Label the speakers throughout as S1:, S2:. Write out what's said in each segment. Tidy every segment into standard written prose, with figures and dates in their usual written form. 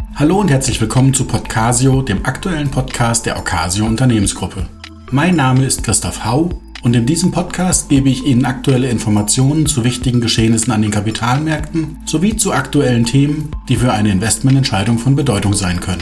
S1: Hallo und herzlich willkommen zu Podcasio, dem aktuellen Podcast der Ocasio Unternehmensgruppe. Mein Name ist Christoph Hau und in diesem Podcast gebe ich Ihnen aktuelle Informationen zu wichtigen Geschehnissen an den Kapitalmärkten sowie zu aktuellen Themen, die für eine Investmententscheidung von Bedeutung sein können.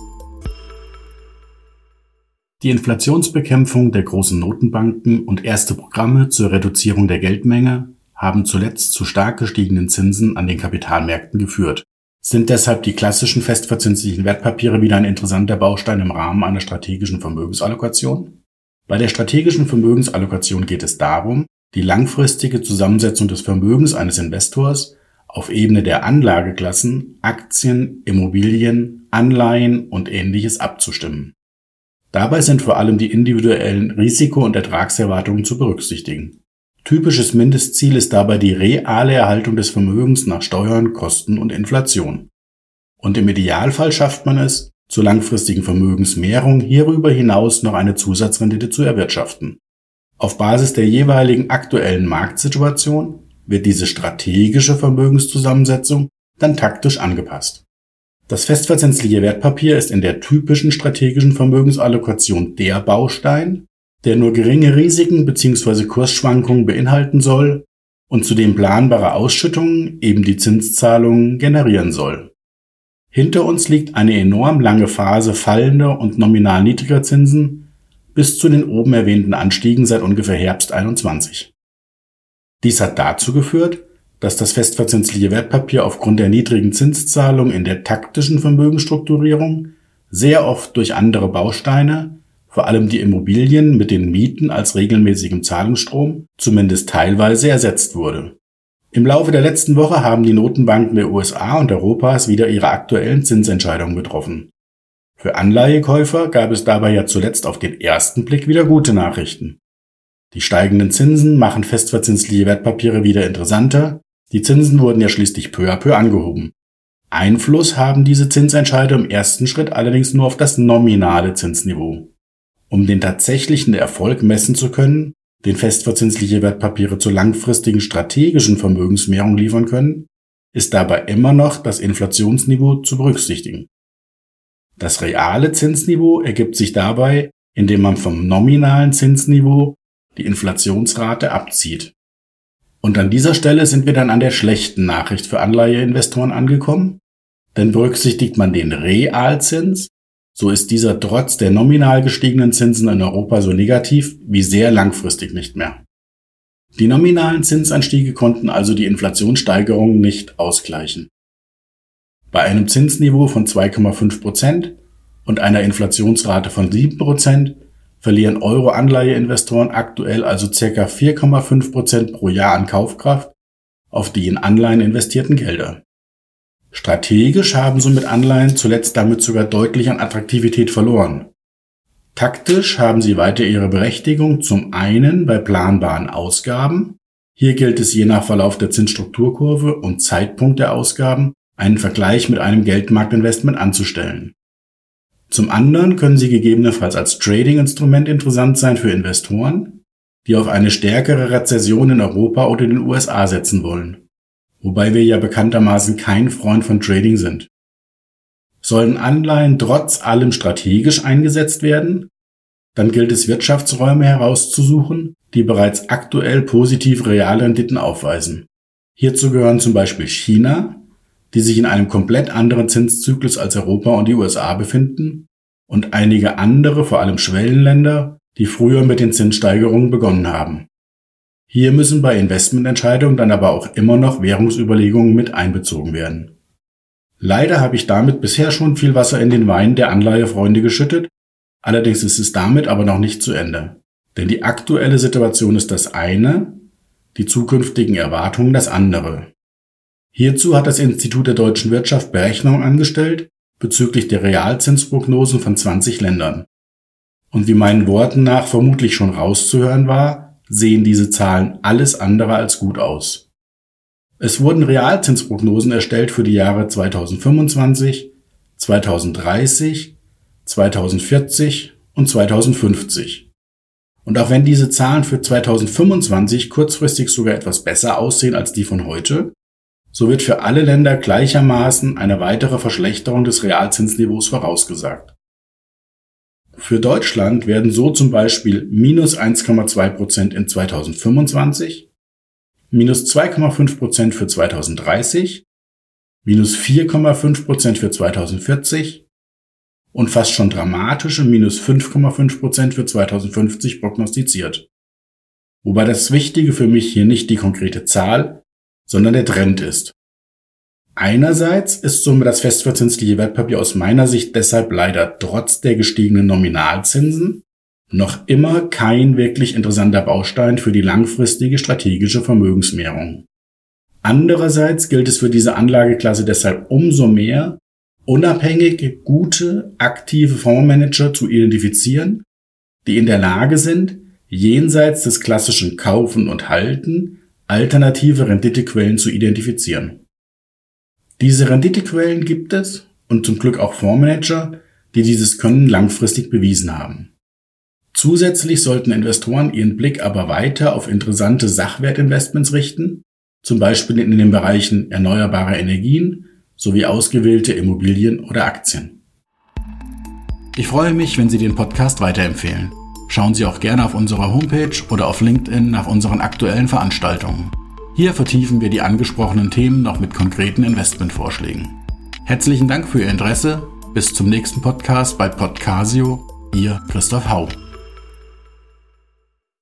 S1: Die Inflationsbekämpfung der großen Notenbanken und erste Programme zur Reduzierung der Geldmenge haben zuletzt zu stark gestiegenen Zinsen an den Kapitalmärkten geführt. Sind deshalb die klassischen festverzinslichen Wertpapiere wieder ein interessanter Baustein im Rahmen einer strategischen Vermögensallokation? Bei der strategischen Vermögensallokation geht es darum, die langfristige Zusammensetzung des Vermögens eines Investors auf Ebene der Anlageklassen, Aktien, Immobilien, Anleihen und Ähnliches abzustimmen. Dabei sind vor allem die individuellen Risiko- und Ertragserwartungen zu berücksichtigen. Typisches Mindestziel ist dabei die reale Erhaltung des Vermögens nach Steuern, Kosten und Inflation. Und im Idealfall schafft man es, zur langfristigen Vermögensmehrung hierüber hinaus noch eine Zusatzrendite zu erwirtschaften. Auf Basis der jeweiligen aktuellen Marktsituation wird diese strategische Vermögenszusammensetzung dann taktisch angepasst. Das festverzinsliche Wertpapier ist in der typischen strategischen Vermögensallokation der Baustein, der nur geringe Risiken bzw. Kursschwankungen beinhalten soll und zudem planbare Ausschüttungen, eben die Zinszahlungen, generieren soll. Hinter uns liegt eine enorm lange Phase fallender und nominal niedriger Zinsen bis zu den oben erwähnten Anstiegen seit ungefähr Herbst 2021. Dies hat dazu geführt, dass das festverzinsliche Wertpapier aufgrund der niedrigen Zinszahlung in der taktischen Vermögensstrukturierung sehr oft durch andere Bausteine, vor allem die Immobilien mit den Mieten als regelmäßigem Zahlungsstrom, zumindest teilweise ersetzt wurde. Im Laufe der letzten Woche haben die Notenbanken der USA und Europas wieder ihre aktuellen Zinsentscheidungen getroffen. Für Anleihekäufer gab es dabei ja zuletzt auf den ersten Blick wieder gute Nachrichten. Die steigenden Zinsen machen festverzinsliche Wertpapiere wieder interessanter, die Zinsen wurden ja schließlich peu à peu angehoben. Einfluss haben diese Zinsentscheide im ersten Schritt allerdings nur auf das nominale Zinsniveau. Um den tatsächlichen Erfolg messen zu können, den festverzinsliche Wertpapiere zur langfristigen strategischen Vermögensmehrung liefern können, ist dabei immer noch das Inflationsniveau zu berücksichtigen. Das reale Zinsniveau ergibt sich dabei, indem man vom nominalen Zinsniveau die Inflationsrate abzieht. Und an dieser Stelle sind wir dann an der schlechten Nachricht für Anleiheinvestoren angekommen, denn berücksichtigt man den Realzins, so ist dieser trotz der nominal gestiegenen Zinsen in Europa so negativ wie sehr langfristig nicht mehr. Die nominalen Zinsanstiege konnten also die Inflationssteigerung nicht ausgleichen. Bei einem Zinsniveau von 2,5% und einer Inflationsrate von 7% verlieren Euro-Anleiheinvestoren aktuell also ca. 4,5% pro Jahr an Kaufkraft auf die in Anleihen investierten Gelder. Strategisch haben somit Anleihen zuletzt damit sogar deutlich an Attraktivität verloren. Taktisch haben sie weiter ihre Berechtigung zum einen bei planbaren Ausgaben. Hier gilt es je nach Verlauf der Zinsstrukturkurve und Zeitpunkt der Ausgaben, einen Vergleich mit einem Geldmarktinvestment anzustellen. Zum anderen können sie gegebenenfalls als Trading-Instrument interessant sein für Investoren, die auf eine stärkere Rezession in Europa oder den USA setzen wollen. Wobei wir ja bekanntermaßen kein Freund von Trading sind. Sollen Anleihen trotz allem strategisch eingesetzt werden, dann gilt es Wirtschaftsräume herauszusuchen, die bereits aktuell positive Realrenditen aufweisen. Hierzu gehören zum Beispiel China, die sich in einem komplett anderen Zinszyklus als Europa und die USA befinden, und einige andere, vor allem Schwellenländer, die früher mit den Zinssteigerungen begonnen haben. Hier müssen bei Investmententscheidungen dann aber auch immer noch Währungsüberlegungen mit einbezogen werden. Leider habe ich damit bisher schon viel Wasser in den Wein der Anleihefreunde geschüttet, allerdings ist es damit aber noch nicht zu Ende. Denn die aktuelle Situation ist das eine, die zukünftigen Erwartungen das andere. Hierzu hat das Institut der deutschen Wirtschaft Berechnungen angestellt bezüglich der Realzinsprognosen von 20 Ländern. Und wie meinen Worten nach vermutlich schon rauszuhören war, sehen diese Zahlen alles andere als gut aus. Es wurden Realzinsprognosen erstellt für die Jahre 2025, 2030, 2040 und 2050. Und auch wenn diese Zahlen für 2025 kurzfristig sogar etwas besser aussehen als die von heute, so wird für alle Länder gleichermaßen eine weitere Verschlechterung des Realzinsniveaus vorausgesagt. Für Deutschland werden so zum Beispiel minus 1,2% in 2025, minus 2,5% für 2030, minus 4,5% für 2040 und fast schon dramatische minus 5,5% für 2050 prognostiziert. Wobei das Wichtige für mich hier nicht die konkrete Zahl, sondern der Trend ist. Einerseits ist somit das festverzinsliche Wertpapier aus meiner Sicht deshalb leider trotz der gestiegenen Nominalzinsen noch immer kein wirklich interessanter Baustein für die langfristige strategische Vermögensmehrung. Andererseits gilt es für diese Anlageklasse deshalb umso mehr, unabhängig gute, aktive Fondsmanager zu identifizieren, die in der Lage sind, jenseits des klassischen Kaufen und Halten alternative Renditequellen zu identifizieren. Diese Renditequellen gibt es und zum Glück auch Fondsmanager, die dieses Können langfristig bewiesen haben. Zusätzlich sollten Investoren ihren Blick aber weiter auf interessante Sachwertinvestments richten, zum Beispiel in den Bereichen erneuerbare Energien sowie ausgewählte Immobilien oder Aktien. Ich freue mich, wenn Sie den Podcast weiterempfehlen. Schauen Sie auch gerne auf unserer Homepage oder auf LinkedIn nach unseren aktuellen Veranstaltungen. Hier vertiefen wir die angesprochenen Themen noch mit konkreten Investmentvorschlägen. Herzlichen Dank für Ihr Interesse. Bis zum nächsten Podcast bei Podcasio. Ihr Christoph Hau.